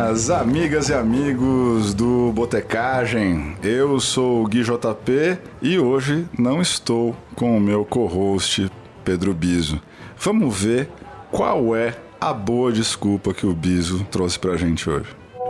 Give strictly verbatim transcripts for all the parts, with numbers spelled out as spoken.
Minhas amigas e amigos do Botecagem, eu sou o Gui J P e hoje não estou com o meu co-host Pedro Biso. Vamos ver qual é a boa desculpa que o Biso trouxe pra gente hoje.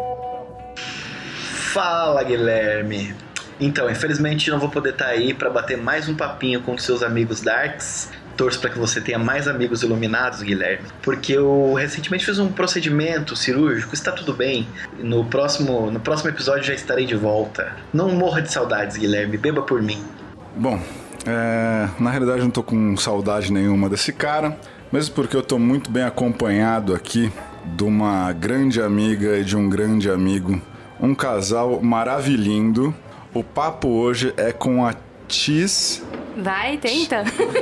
Fala, Guilherme! Então, infelizmente não vou poder estar aí para bater mais um papinho com seus amigos Darks. Torço para que você tenha mais amigos iluminados, Guilherme, porque eu recentemente fiz um procedimento cirúrgico, está tudo bem. No próximo, no próximo episódio já estarei de volta. Não morra de saudades, Guilherme, beba por mim. Bom, é, na realidade não tô com saudade nenhuma desse cara, mesmo porque eu tô muito bem acompanhado aqui de uma grande amiga e de um grande amigo, um casal maravilhindo. O papo hoje é com a Tis... Vai, tenta.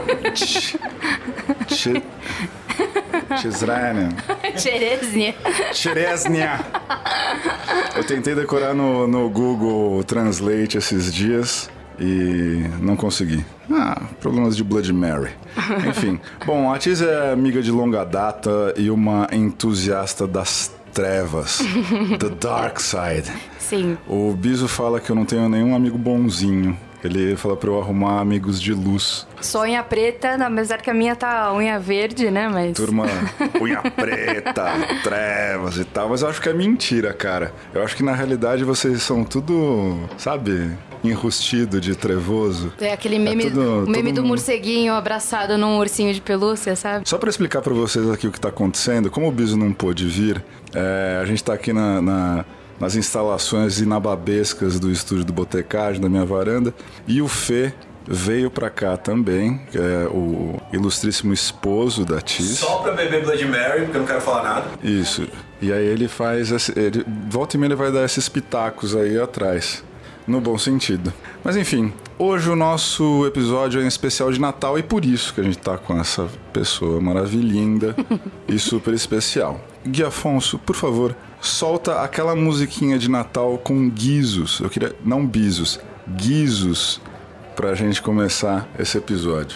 Tizrania. Chereznia. Chereznia. Eu tentei decorar no, no Google Translate esses dias e não consegui. Ah, problemas de Blood Mary. Enfim. Bom, a Tis é amiga de longa data e uma entusiasta das trevas. The Dark Side. Sim. O Biso fala que eu não tenho nenhum amigo bonzinho. Ele fala pra eu arrumar amigos de luz. Só unha preta, apesar que a minha tá unha verde, né? Mas... Turma, unha preta, trevas e tal. Mas eu acho que é mentira, cara. Eu acho que na realidade vocês são tudo, sabe, enrustido de trevoso. É aquele meme, é tudo, o meme do mundo... morceguinho abraçado num ursinho de pelúcia, sabe? Só pra explicar pra vocês aqui o que tá acontecendo, como o Biso não pôde vir, é, a gente tá aqui na... na... nas instalações inababescas do estúdio do Botecagem, da minha varanda. E o Fê veio pra cá também, que é o ilustríssimo esposo da Tis. Só pra beber Blood Mary, porque eu não quero falar nada. Isso. E aí ele faz... Esse, ele, volta e meia ele vai dar esses pitacos aí atrás. No bom sentido. Mas enfim, hoje o nosso episódio é em especial de Natal e por isso que a gente tá com essa pessoa maravilhinda e super especial. Gui Afonso, por favor, solta aquela musiquinha de Natal com guizos. Eu queria... Não bisos, guizos, pra gente começar esse episódio.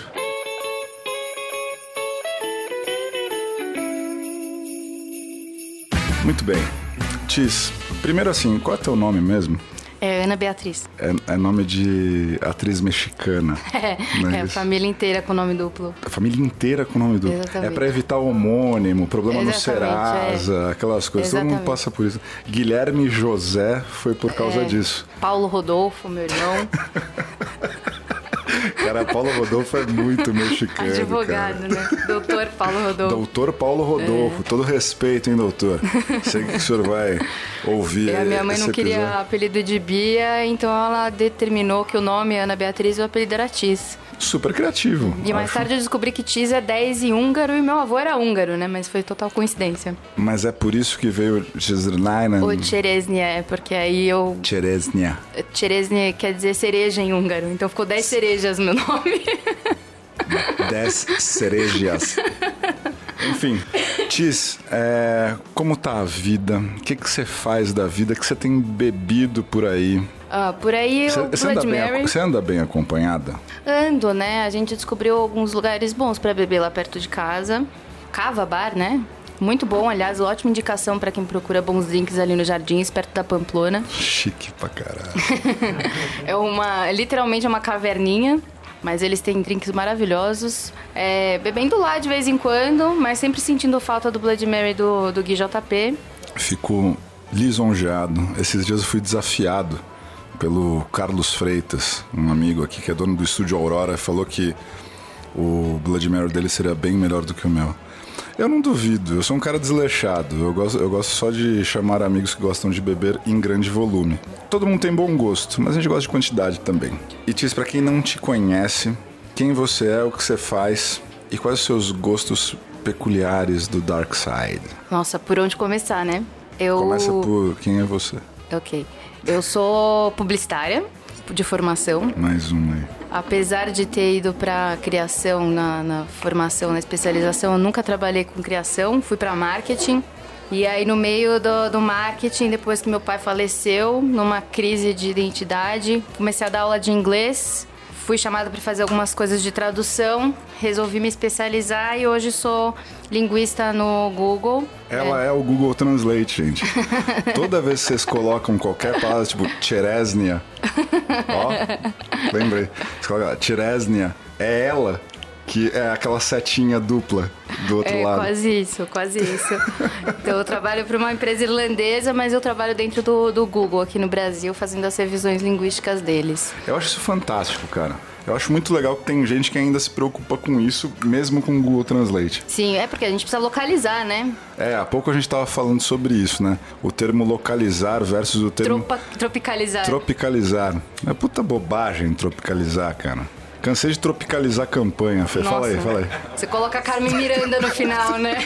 Muito bem. Tis, primeiro assim, qual é teu nome mesmo? É Ana Beatriz. É, é nome de atriz mexicana. É, né? é a família inteira com nome duplo. A família inteira com nome duplo. Exatamente. É pra evitar o homônimo, problema no Exatamente, Serasa, é. aquelas coisas. Exatamente. Todo mundo passa por isso. Guilherme José foi por causa É, disso. Paulo Rodolfo, meu irmão. Cara, Paulo Rodolfo é muito mexicano. Advogado, cara. né? Doutor Paulo Rodolfo. Doutor Paulo Rodolfo. É. Todo respeito, hein, doutor? Sei que o senhor vai ouvir. E a minha mãe esse não queria episódio. apelido de Bia, então ela determinou que o nome Ana Beatriz e o apelido era Tis. Super criativo. E mais acho. tarde eu descobri que Tis é dez em húngaro e meu avô era húngaro, né? Mas foi total coincidência. Mas é por isso que veio Chereznia. O Chereznia, é porque aí eu... Chereznia. Chereznia quer dizer cereja em húngaro, então ficou dez cerejas meu nome. Dez cerejas. Enfim, Tis, é, como tá a vida? O que que você faz da vida? O que você tem bebido por aí? Ah, por aí Cê, o cê anda Blood bem, Mary... Você anda bem acompanhada? Ando, né? A gente descobriu alguns lugares bons pra beber lá perto de casa. Cava Bar, né? Muito bom, aliás, ótima indicação pra quem procura bons drinks ali no Jardins, perto da Pamplona. Chique pra caralho. É uma, literalmente é uma caverninha, mas eles têm drinks maravilhosos. É, bebendo lá de vez em quando, mas sempre sentindo falta do Blood Mary do, do Gui J P. Fico lisonjeado. Esses dias eu fui desafiado pelo Carlos Freitas, um amigo aqui que é dono do estúdio Aurora, falou que o Blood Mary dele seria bem melhor do que o meu. Eu não duvido, eu sou um cara desleixado, eu gosto, eu gosto só de chamar amigos que gostam de beber em grande volume. Todo mundo tem bom gosto, mas a gente gosta de quantidade também. E Tis, pra quem não te conhece, quem você é, o que você faz e quais os seus gostos peculiares do Dark Side? Nossa, por onde começar, né? Eu... Começa por quem é você. Ok. Eu sou publicitária de formação. Mais um aí. Apesar de ter ido para criação na, na formação, na especialização, eu nunca trabalhei com criação, fui para marketing. E aí no meio do, do marketing, depois que meu pai faleceu, numa crise de identidade, comecei a dar aula de inglês, fui chamada para fazer algumas coisas de tradução, resolvi me especializar e hoje sou linguista no Google. Ela é, é o Google Translate, gente. Toda vez que vocês colocam qualquer palavra, tipo Tcheresnia, ó, lembrei, você coloca Tcheresnia, é ela que é aquela setinha dupla do outro é, lado. Quase isso, quase isso. Então eu trabalho para uma empresa irlandesa, mas eu trabalho dentro do, do Google aqui no Brasil, fazendo as revisões linguísticas deles. Eu acho isso fantástico, cara. Eu acho muito legal que tem gente que ainda se preocupa com isso, mesmo com o Google Translate. Sim, é porque a gente precisa localizar, né? É, há pouco a gente estava falando sobre isso, né? O termo localizar versus o termo... Tropa, tropicalizar. Tropicalizar. É puta bobagem tropicalizar, cara. Cansei de tropicalizar a campanha, Fê. Nossa, fala aí, fala aí. Você coloca a Carmen Miranda no final, né?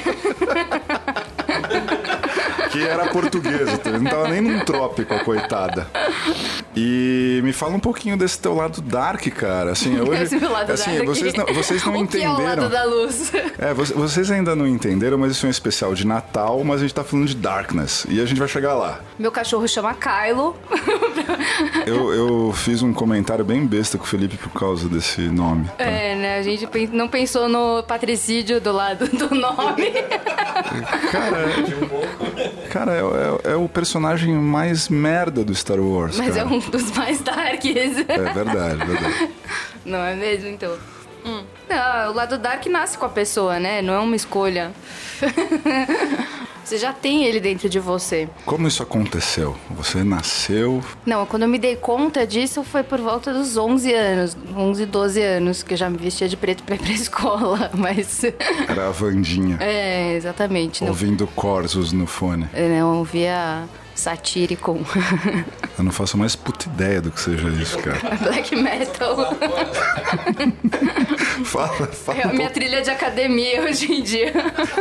Que era portuguesa, não tava nem num trópico, a coitada. E me fala um pouquinho desse teu lado dark, cara. Assim, hoje, Esse meu lado assim, dark. vocês não, vocês não o entenderam. Que é o lado da luz. É, vocês ainda não entenderam, mas isso é um especial de Natal, mas a gente tá falando de Darkness. E a gente vai chegar lá. Meu cachorro chama Kylo. Eu, eu fiz um comentário bem besta com o Felipe por causa desse nome. Tá? É, né? A gente não pensou no patricídio do lado do nome. Cara, cara é, é, é o personagem mais merda do Star Wars. Mas cara. é um dos mais darks. É verdade, verdade. Não é mesmo, então? Hum. Não, o lado dark nasce com a pessoa, né? Não é uma escolha. Você já tem ele dentro de você. Como isso aconteceu? Você nasceu... Não, quando eu me dei conta disso foi por volta dos onze anos. onze, doze anos, que eu já me vestia de preto pra ir pra escola, mas... Era a Vandinha. É, exatamente. Ouvindo não... Corsos no fone. Eu não ouvia Satyricon. Eu não faço mais puta ideia do que seja isso, cara. Black metal. Fala, fala. É a minha trilha de academia hoje em dia.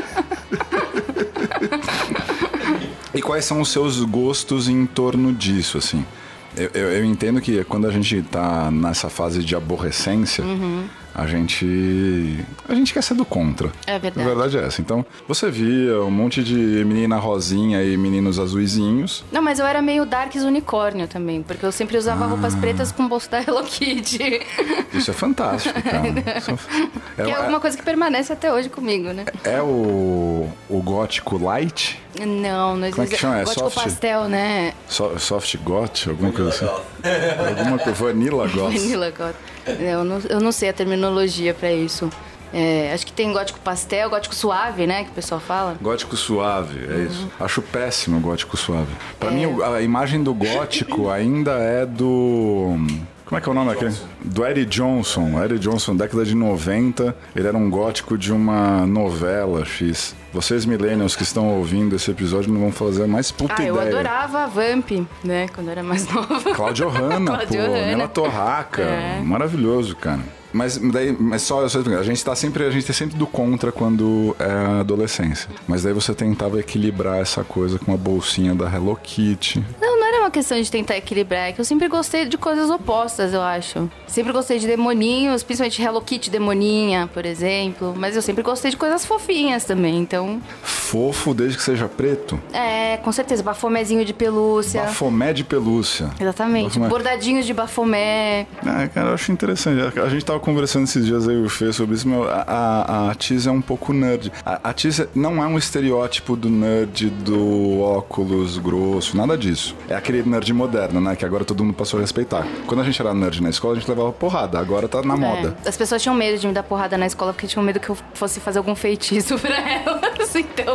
E quais são os seus gostos em torno disso, assim? Eu, eu, eu entendo que quando a gente tá nessa fase de aborrecência, uhum. a gente a gente quer ser do contra. É verdade. A verdade é essa. Então, você via um monte de menina rosinha e meninos azuizinhos. Não, mas eu era meio Darks unicórnio também, porque eu sempre usava ah. roupas pretas com o bolso da Hello Kitty. Isso é fantástico, cara. Isso é, que é alguma coisa que permanece até hoje comigo, né? É o, o gótico light? Não, não existe. Como é que chama? É gótico soft? pastel, né? So, soft goth? Alguma coisa assim? Alguma coisa. Vanilla goth. Vanilla goth. Eu não, eu não sei a terminologia pra isso. É, acho que tem gótico pastel, gótico suave, né? Que o pessoal fala. Gótico suave, é uhum. isso. Acho péssimo o gótico suave. Pra é. mim, a imagem do gótico ainda é do... Como é que é o nome aqui? Do Eddie Johnson. Eddie Johnson, década de noventa. Ele era um gótico de uma novela X. Vocês millennials que estão ouvindo esse episódio não vão fazer mais puta ah, ideia. Eu adorava a Vamp, né? Quando eu era mais nova. Cláudio Hanna, pô. Nela Torraca. É. Maravilhoso, cara. Mas daí, mas só, só a gente tá sempre, a gente é sempre do contra quando é a adolescência. Mas daí você tentava equilibrar essa coisa com a bolsinha da Hello Kitty. Não, não era uma questão de tentar equilibrar, é que eu sempre gostei de coisas opostas, eu acho. Sempre gostei de demoninhos, principalmente Hello Kitty demoninha, por exemplo. Mas eu sempre gostei de coisas fofinhas também, então... Fofo desde que seja preto? É, com certeza. Bafomézinho de pelúcia. Bafomé de pelúcia. Exatamente. Bafomé. Bordadinhos de bafomé. É, cara, eu acho interessante. A gente tava conversando esses dias aí, o Fê, sobre isso. Meu, a, a, a Tiz é um pouco nerd. A, a Tiz não é um estereótipo do nerd do óculos grosso, nada disso. É aquele nerd moderno, né? Que agora todo mundo passou a respeitar. Quando a gente era nerd na escola, a gente levava porrada. Agora tá na é. moda. As pessoas tinham medo de me dar porrada na escola porque tinham medo que eu fosse fazer algum feitiço pra elas. Então...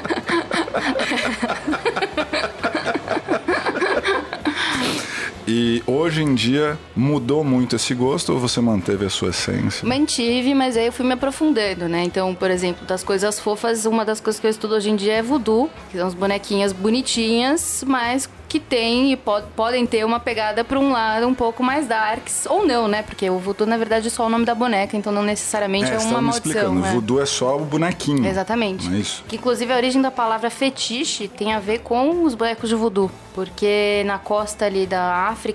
E hoje em dia mudou muito esse gosto ou você manteve a sua essência? Mantive, mas aí eu fui me aprofundando, né? Então, por exemplo, das coisas fofas, uma das coisas que eu estudo hoje em dia é voodoo, que são as bonequinhas bonitinhas, mas que tem e pod- podem ter uma pegada para um lado um pouco mais darks, ou não, né? Porque o voodoo, na verdade, é só o nome da boneca, então não necessariamente é, é uma maldição. Né? O voodoo é só o bonequinho. Exatamente. Não é isso? Que, inclusive, a origem da palavra fetiche tem a ver com os bonecos de voodoo, porque na costa ali da África,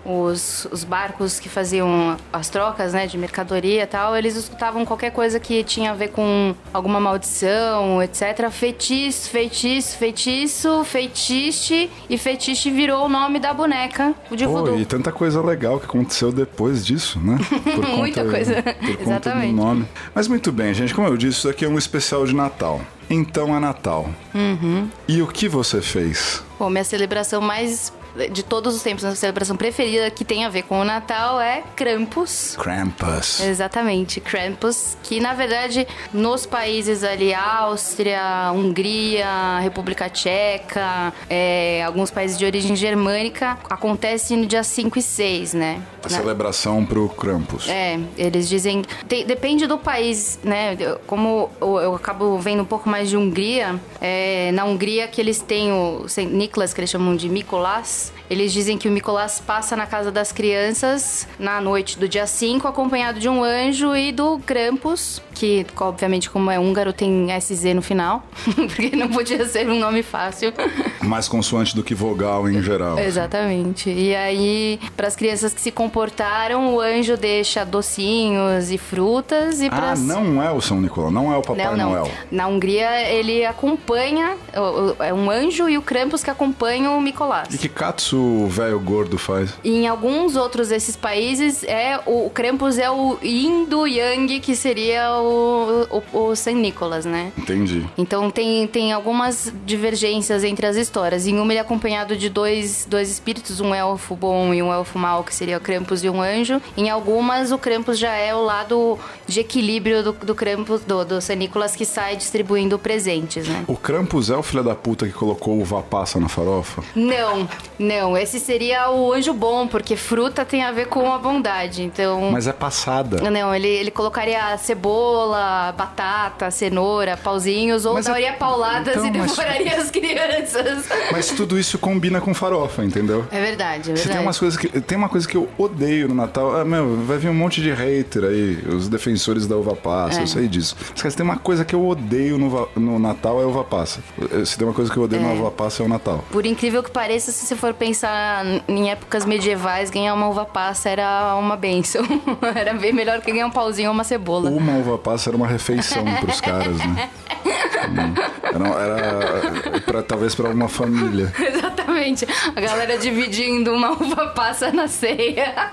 os, os barcos que faziam as trocas, né, de mercadoria e tal, eles escutavam qualquer coisa que tinha a ver com alguma maldição, etcétera. Feitiço, feitiço, feitiço, feitiche, e fetiche virou o nome da boneca de Pô, voodoo. e tanta coisa legal que aconteceu depois disso, né? Por conta, Muita coisa. Por conta Exatamente. do nome. Mas muito bem, gente, como eu disse, isso aqui é um especial de Natal. Então é Natal. Uhum. E o que você fez? Bom, minha celebração mais de todos os tempos, a celebração preferida que tem a ver com o Natal é Krampus. Krampus. Exatamente, Krampus, que na verdade nos países ali, Áustria, Hungria, República Tcheca, é, alguns países de origem germânica, acontece no dia cinco e seis, né? A Na... celebração pro Krampus. É, eles dizem... Tem, depende do país, né? Como eu, eu acabo vendo um pouco mais de Hungria, é, na Hungria que eles têm o Saint Nicholas, que eles chamam de Mikolás. Eles dizem que o Mikolás passa na casa das crianças na noite do dia cinco, acompanhado de um anjo e do Krampus, que obviamente como é húngaro tem S Z no final, porque não podia ser um nome fácil. Mais consoante do que vogal em geral. Exatamente. E aí, para as crianças que se comportaram, o anjo deixa docinhos e frutas. E Ah, pras... não é o São Nicolau, não é o Papai não, não. Noel. Na Hungria, ele acompanha, é um anjo e o Krampus que acompanham o Mikolás. E que Katsu o velho gordo faz? E em alguns outros desses países, é o, o Krampus é o Yin do Yang, que seria o, o, o Saint Nicholas, né? Entendi. Então tem, tem algumas divergências entre as histórias. Em uma ele é acompanhado de dois, dois espíritos, um elfo bom e um elfo mau, que seria o Krampus e um anjo. Em algumas, o Krampus já é o lado de equilíbrio do, do Krampus, do, do Saint Nicholas, que sai distribuindo presentes, né? O Krampus é o filho da puta que colocou uva passa na farofa? Não, não. Esse seria o anjo bom, porque fruta tem a ver com a bondade, então... Mas é passada. Não, ele, ele colocaria cebola, batata, cenoura, pauzinhos, ou Mas é- daria pauladas então, e mas- devoraria as crianças. Mas tudo isso combina com farofa, entendeu? É verdade, é Se verdade. tem umas coisas que tem uma coisa que eu odeio no Natal, ah, meu, vai vir um monte de hater aí, os defensores da uva passa, É. eu sei disso. Mas cara, se tem uma coisa que eu odeio no, va- no Natal é uva passa. Se tem uma coisa que eu odeio É. na uva passa é o Natal. Por incrível que pareça, se você for pensar em épocas medievais, ganhar uma uva passa era uma bênção. Era bem melhor que ganhar um pauzinho ou uma cebola. Uma uva passa era uma refeição pros caras, né? Hum. Era, era pra, talvez pra uma família. Exatamente. A galera dividindo uma uva passa na ceia.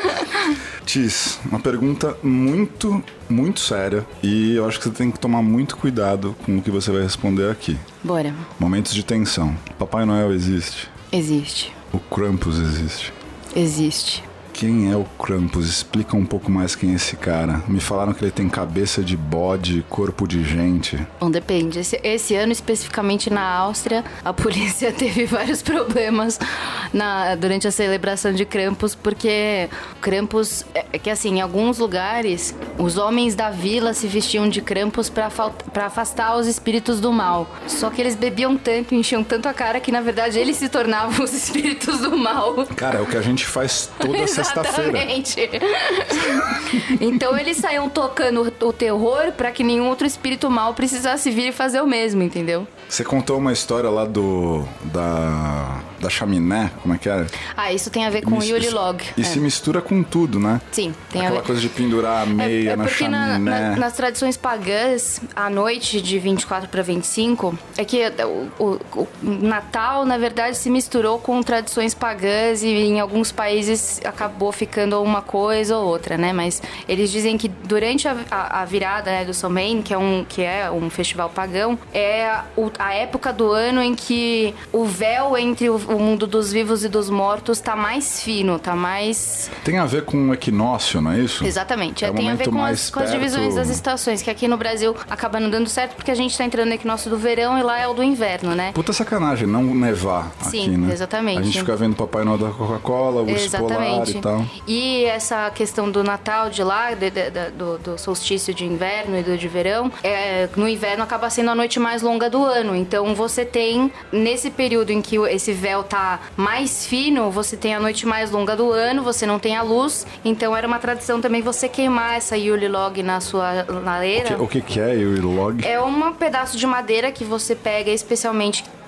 Tis, uma pergunta muito, muito séria e eu acho que você tem que tomar muito cuidado com o que você vai responder aqui. Bora. Momentos de tensão. Papai Noel existe? Existe. O Krampus existe? Existe. Quem é o Krampus? Explica um pouco mais quem é esse cara. Me falaram que ele tem cabeça de bode, corpo de gente. Bom, depende. Esse, esse ano, especificamente na Áustria, a polícia teve vários problemas na, durante a celebração de Krampus, porque Krampus... É, é que assim, em alguns lugares, os homens da vila se vestiam de Krampus pra, fal- pra afastar os espíritos do mal. Só que eles bebiam tanto, enchiam tanto a cara, que na verdade eles se tornavam os espíritos do mal. Cara, é o que a gente faz toda sexta-feira. Exatamente. Então eles saíam tocando o terror pra que nenhum outro espírito mal precisasse vir e fazer o mesmo, entendeu? Você contou uma história lá do... da... da chaminé, como é que era? Ah, isso tem a ver com o Mis- Yule Log. E É. se mistura com tudo, né? Sim, tem Aquela a ver. coisa de pendurar a meia é, é na porque chaminé. na- na- nas tradições pagãs, a noite de vinte e quatro para vinte e cinco, é que o, o- o Natal, na verdade, se misturou com tradições pagãs e em alguns países acabou ficando uma coisa ou outra, né? Mas eles dizem que durante a, a- a virada, né, do Samhain, que é um, que é um festival pagão, é o- a época do ano em que o véu entre o, o mundo dos vivos e dos mortos tá mais fino, tá mais... Tem a ver com o equinócio, não é isso? Exatamente. É o Tem a ver momento com mais as, com as perto- divisões das estações, que aqui no Brasil acaba não dando certo porque a gente tá entrando no equinócio do verão e lá é o do inverno, né? Puta sacanagem, não nevar Sim, aqui, né? exatamente. A gente fica vendo o Papai Noel da Coca-Cola, o urso polar e tal. E essa questão do Natal de lá, de- de- de- do, do solstício de inverno e do de verão, é, no inverno acaba sendo a noite mais longa do ano. Então você tem, nesse período em que o- esse véu tá mais fino, você tem a noite mais longa do ano, você não tem a luz. Então era uma tradição também você queimar essa Yule Log na sua lareira. Que- o que que é o log? É um pedaço de madeira que você pega especialmente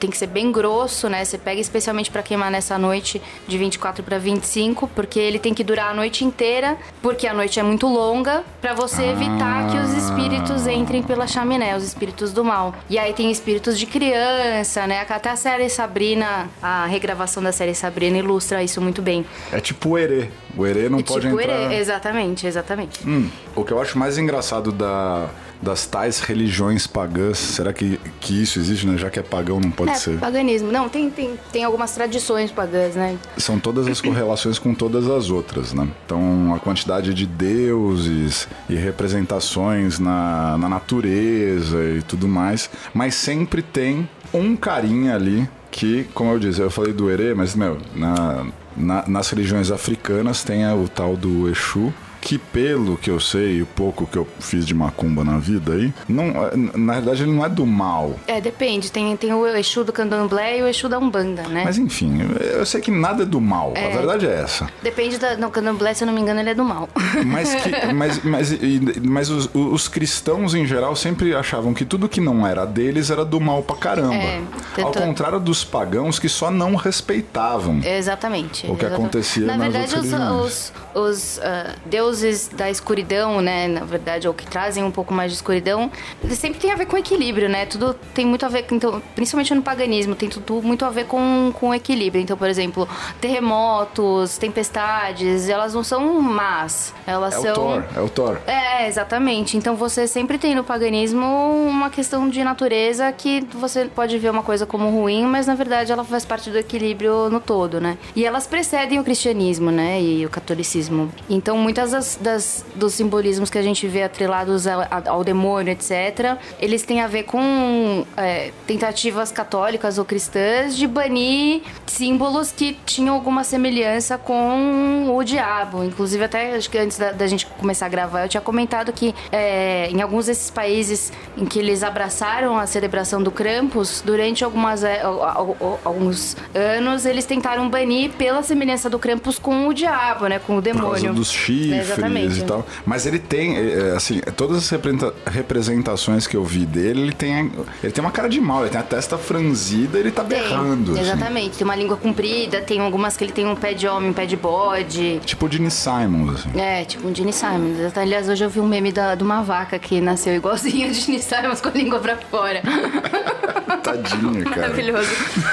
tem que ser bem grosso, né? Você pega especialmente para queimar nessa noite de vinte e quatro para vinte e cinco, porque ele tem que durar a noite inteira, porque a noite é muito longa, para você evitar Ah. que os espíritos entrem pela chaminé, os espíritos do mal. E aí tem espíritos de criança, né? Até a série Sabrina, a regravação da série Sabrina ilustra isso muito bem. É tipo o herê. O herê não É pode tipo entrar... herê, exatamente, exatamente. Hum, o que eu acho mais engraçado da, das tais religiões pagãs, será que, que isso existe, né? Já que é pagão, não pode É, ser. paganismo. Não, tem, tem, tem algumas tradições pagãs, né? São todas as correlações com todas as outras, né? Então, a quantidade de deuses e representações na, na natureza e tudo mais. Mas sempre tem um carinha ali que, como eu disse, eu falei do herê, mas, meu, na, na, nas religiões africanas tem o tal do Exu, que pelo que eu sei, o pouco que eu fiz de macumba na vida aí, não, na realidade ele não é do mal. É, depende. Tem, tem o Exu do Candomblé e o Exu da Umbanda, né? Mas enfim, eu sei que nada é do mal, É. a verdade é essa. Depende da... No Candomblé, se eu não me engano, ele é do mal. Mas, que, mas, mas, e- mas os, os cristãos em geral sempre achavam que tudo que não era deles era do mal pra caramba. É, Ao tanto- contrário dos pagãos que só não respeitavam. Exatamente. O que exatamente. acontecia Na nas verdade, outras os, religiões. os, os ah, deuses da escuridão, né, na verdade, ou que trazem um pouco mais de escuridão, eles sempre tem a ver com equilíbrio, né? Tudo tem muito a ver, então, principalmente no paganismo, tem tudo muito a ver com, com equilíbrio. Então, por exemplo, terremotos, tempestades, elas não são más. Elas É o são... Thor, é o Thor. É, exatamente. Então você sempre tem no paganismo uma questão de natureza que você pode ver uma coisa como ruim, mas na verdade ela faz parte do equilíbrio no todo, né? E elas precedem o cristianismo, né? E o catolicismo. Então muitas das, das- dos simbolismos que a gente vê atrelados ao, ao demônio, etcétera, eles têm a ver com é, tentativas católicas ou cristãs de banir símbolos que tinham alguma semelhança com o diabo. Inclusive, até acho que antes da, da gente começar a gravar, eu tinha comentado que é, em alguns desses países em que eles abraçaram a celebração do Krampus, durante algumas, é, al- al- al- alguns anos, eles tentaram banir pela semelhança do Krampus com o diabo, né? Com o Por demônio. causa dos chifres É, exatamente. e tal. Mas ele tem, é, é, assim, todas as representa- representações que eu vi dele, ele tem, ele tem uma cara de mal, ele tem a testa franzida, ele tá Tem, berrando. assim. exatamente. Tem uma língua comprida, tem algumas que ele tem um pé de homem, um pé de bode. Tipo o Gene Simons, assim. É, tipo um Gene Simons. Aliás, hoje eu vi um meme da, de uma vaca que nasceu igualzinho a Gene Simons com a língua pra fora. Tadinho, cara. Maravilhoso.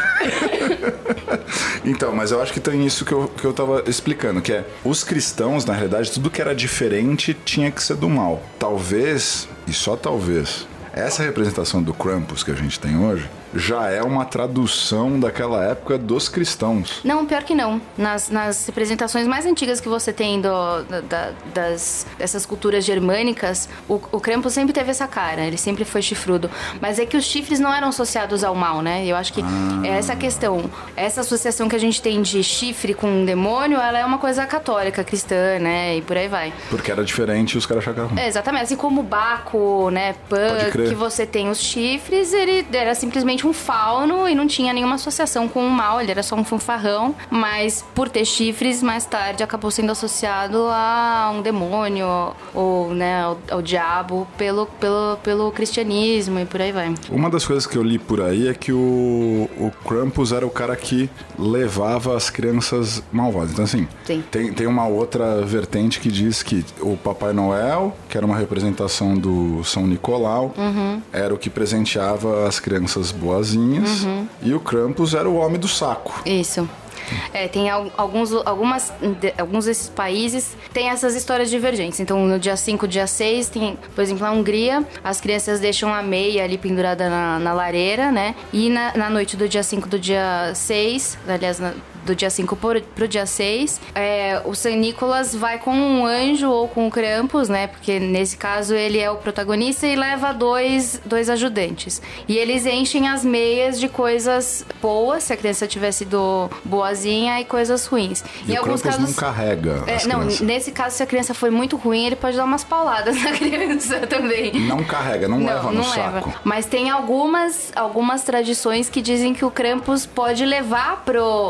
Então, mas eu acho que tem isso que eu, que eu tava explicando, que é, os cristãos, na realidade, tudo que era diferente tinha que ser do mal. Talvez, e só talvez, essa representação do Krampus que a gente tem hoje, já é uma tradução daquela época dos cristãos. Não, pior que não. Nas, nas representações mais antigas que você tem do, da- da- das, dessas culturas germânicas, o, o Krampus sempre teve essa cara, ele sempre foi chifrudo. Mas é que os chifres não eram associados ao mal, né? Eu acho que Ah. é essa questão. Essa associação que a gente tem de chifre com um demônio, ela é uma coisa católica, cristã, né? E por aí vai. Porque era diferente e os caras acharam ruim. É, exatamente. Assim como o Baco, né, Pode Pan, crer. que você tem os chifres, ele era simplesmente um fauno e não tinha nenhuma associação com o mal, ele era só um fanfarrão, mas por ter chifres, mais tarde acabou sendo associado a um demônio ou, né, ao, ao diabo pelo, pelo, pelo cristianismo e por aí vai. Uma das coisas que eu li por aí é que o, o Krampus era o cara que levava as crianças malvadas. Então, assim, Sim. tem, tem uma outra vertente que diz que o Papai Noel, que era uma representação do São Nicolau, era o que presenteava as crianças boazinhas, e o Krampus era o homem do saco. Isso. É, tem al- alguns, algumas, de- alguns desses países tem essas histórias divergentes. Então, no dia cinco, dia seis, tem, por exemplo, na Hungria, as crianças deixam a meia ali pendurada na, na lareira, né? E na, na noite do dia cinco do dia seis, aliás, na, do dia cinco pro, pro dia seis, é, o São Nicolas vai com um anjo ou com o Krampus, né? Porque nesse caso ele é o protagonista e leva dois, dois ajudantes. E eles enchem as meias de coisas boas, se a criança tiver sido boazinha, e coisas ruins. E o Krampus não carrega É, as não, crianças. nesse caso, se a criança foi muito ruim, ele pode dar umas pauladas na criança também. Não carrega, não, leva no saco. Mas tem algumas, algumas tradições que dizem que o Krampus pode levar pro, pra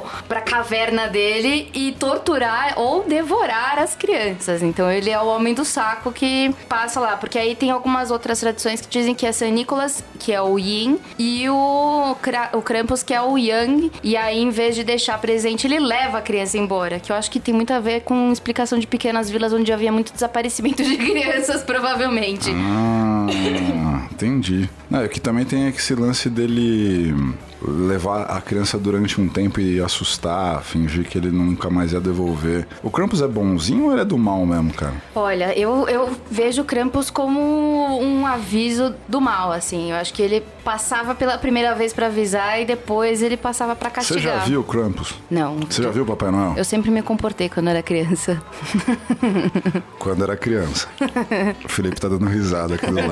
caverna dele e torturar ou devorar as crianças. Então ele é o homem do saco que passa lá, porque aí tem algumas outras tradições que dizem que é San Nicolas, que é o Yin, e o, Kra- o Krampus, que é o Yang, e aí em vez de deixar presente, ele leva a criança embora, que eu acho que tem muito a ver com explicação de pequenas vilas onde havia muito desaparecimento de crianças, provavelmente. Ah, entendi. Não, aqui também tem esse lance dele levar a criança durante um tempo e assustar, fingir que ele nunca mais ia devolver. O Krampus é bonzinho ou ele é do mal mesmo, cara? Olha, eu, eu vejo o Krampus como um aviso do mal, assim. Eu acho que ele passava pela primeira vez pra avisar e depois ele passava pra castigar. Você já viu o Krampus? Não. Você já viu o Papai Noel? Eu sempre me comportei quando era criança. Quando era criança. O Felipe tá dando risada aqui do lado.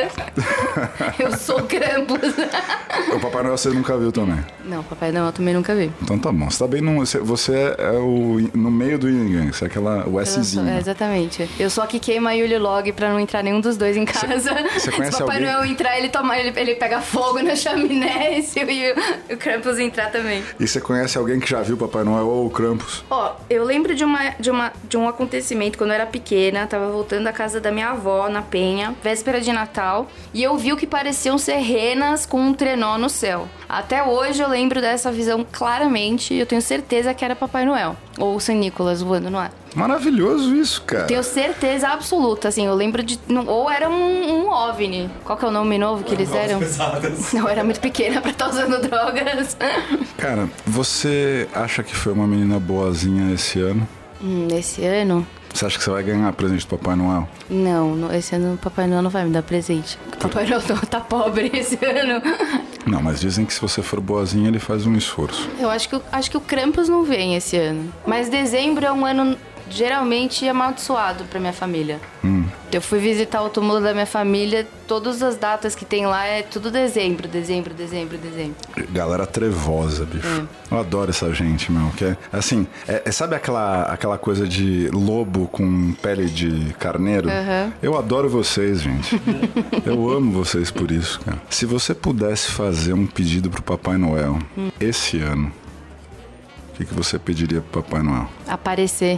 Eu sou Krampus. O Papai Noel você nunca viu também? Não, Papai Noel eu também nunca vi. Então tá bom. Você tá bem no... Você é o... no meio do yin yang. Você é aquela... o Szinho. É, exatamente. Eu só que queima a Yuli Log pra não entrar nenhum dos dois em casa. Você conhece Se o Papai alguém? Noel entrar, ele, toma, ele, ele pega fogo na chaminé e, se, e o, o Krampus entrar também. E você conhece alguém que já viu o Papai Noel ou o Krampus? Ó, eu lembro de, uma, de, uma, de um acontecimento quando eu era pequena, tava voltando da casa da minha avó, na Penha, véspera de Natal, e eu vi o que pareciam ser renas com um trenó no céu. Até hoje eu lembro dessa visão claramente, e eu tenho certeza que era Papai Noel, ou San Nicolas voando no ar. Maravilhoso isso, cara. Tenho certeza absoluta, assim, eu lembro de... não- ou era um, um OVNI. Qual que é o nome novo que eles deram? Pesadas. Não, eu era muito pequena pra estar usando drogas. Cara, você acha que foi uma menina boazinha esse ano? Hum, esse ano... Você acha que você vai ganhar presente do Papai Noel? Não, no- esse ano o Papai Noel não vai me dar presente. O Papai Noel tá- tá pobre esse ano. Não, mas dizem que se você for boazinha, ele faz um esforço. Eu acho que, o- acho que o Krampus não vem esse ano. Mas dezembro é um ano geralmente amaldiçoado pra minha família. Hum. Eu fui visitar o túmulo da minha família, todas as datas que tem lá é tudo dezembro, dezembro, dezembro, dezembro. Galera trevosa, bicho. É. Eu adoro essa gente, meu. Que é, assim, é, é- sabe aquela, aquela coisa de lobo com pele de carneiro? Aham. Eu adoro vocês, gente. Eu amo vocês por isso, cara. Se você pudesse fazer um pedido pro Papai Noel esse ano, o que, que você pediria pro Papai Noel? Aparecer.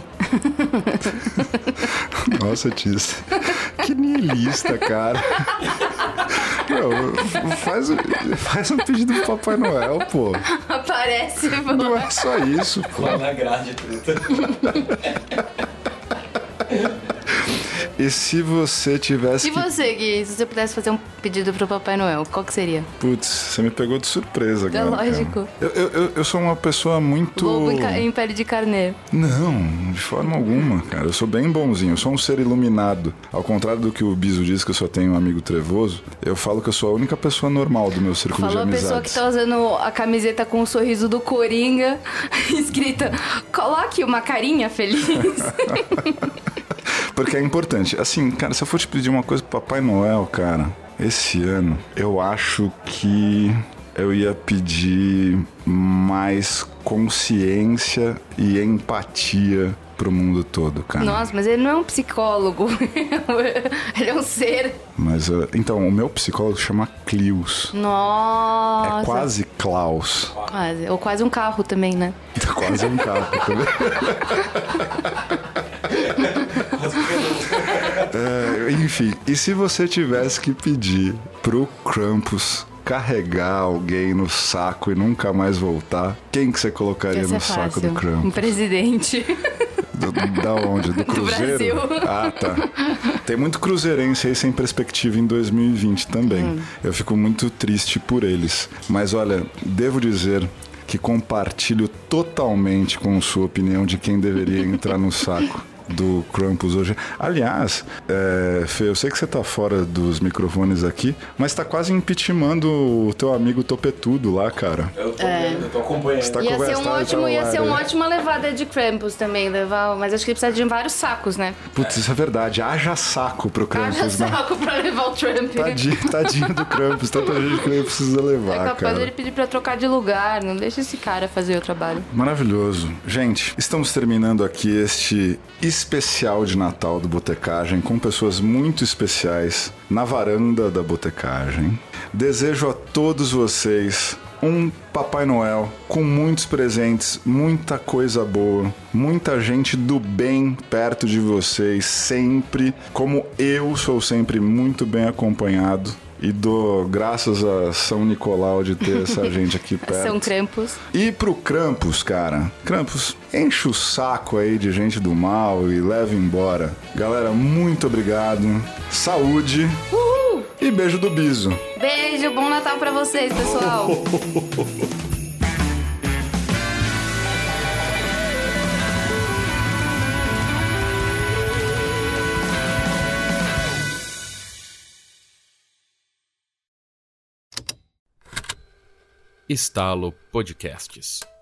Nossa, Tis. Que niilista, cara. Meu, faz, um- faz um pedido pro Papai Noel, pô. Aparece, pô. Não é só isso, pô. Lá na grade, truta. E se você tivesse E que... você, Gui, se você pudesse fazer um pedido pro Papai Noel, qual que seria? Putz, você me pegou de surpresa É agora, lógico. cara. Eu, eu, eu- eu sou uma pessoa muito... Lobo em, ca- em pele de carneiro. Não, de forma alguma, cara. Eu sou bem bonzinho, eu sou um ser iluminado. Ao contrário do que o Biso diz, que eu só tenho um amigo trevoso, eu falo que eu sou a única pessoa normal do meu círculo Falou a de pessoa amizades. que tá usando a camiseta com o sorriso do Coringa, escrita, coloque uma carinha feliz. Porque é importante. Assim, cara, se eu for te pedir uma coisa pro Papai Noel, cara, esse ano, eu acho que eu ia pedir mais consciência e empatia pro mundo todo, cara. Nossa, mas ele não é um psicólogo. Ele é um ser. Mas, uh, então, o meu psicólogo chama Clius. Nossa. É quase Klaus. Quase. Ou quase um carro também, né? É quase um carro também. É, enfim, e se você tivesse que pedir pro Krampus carregar alguém no saco e nunca mais voltar, quem que você colocaria Esse no é saco fácil. do Krampus? Um presidente. Do, da onde? Do Cruzeiro? Brasil. Ah, tá. Tem muito cruzeirense aí sem perspectiva em dois mil e vinte também. Hum. Eu fico muito triste por eles. Mas olha, devo dizer que compartilho totalmente com sua opinião de quem deveria entrar no saco do Krampus hoje. Aliás, é, Fê, eu sei que você tá fora dos microfones aqui, mas tá quase impeachmentando o teu amigo Topetudo lá, cara. Eu tô vendo, eu tô acompanhando. Você tá Ia ser, um conversando, ótimo, tá ia lá, ser uma né? ótima levada de Krampus também, levar, mas acho que ele precisa de vários sacos, né? Putz, isso é verdade. Haja saco pro Haja Krampus, né? saco pra levar o Trump. Tadinho, tadinho do Krampus, tanta gente que ele precisa levar, É capaz cara. dele pedir pra trocar de lugar, não deixa esse cara fazer o trabalho. Maravilhoso. Gente, estamos terminando aqui este especial de Natal do Botecagem com pessoas muito especiais na varanda da Botecagem. Desejo a todos vocês um Papai Noel com muitos presentes, muita coisa boa, muita gente do bem perto de vocês, sempre, como eu sou sempre muito bem acompanhado. E dou graças a São Nicolau de ter essa gente aqui perto. São Krampus. E pro Krampus, cara. Krampus, enche o saco aí de gente do mal e leva embora. Galera, muito obrigado. Saúde. Uhul. E beijo do Biso. Beijo, bom Natal pra vocês, pessoal. Estalo Podcasts.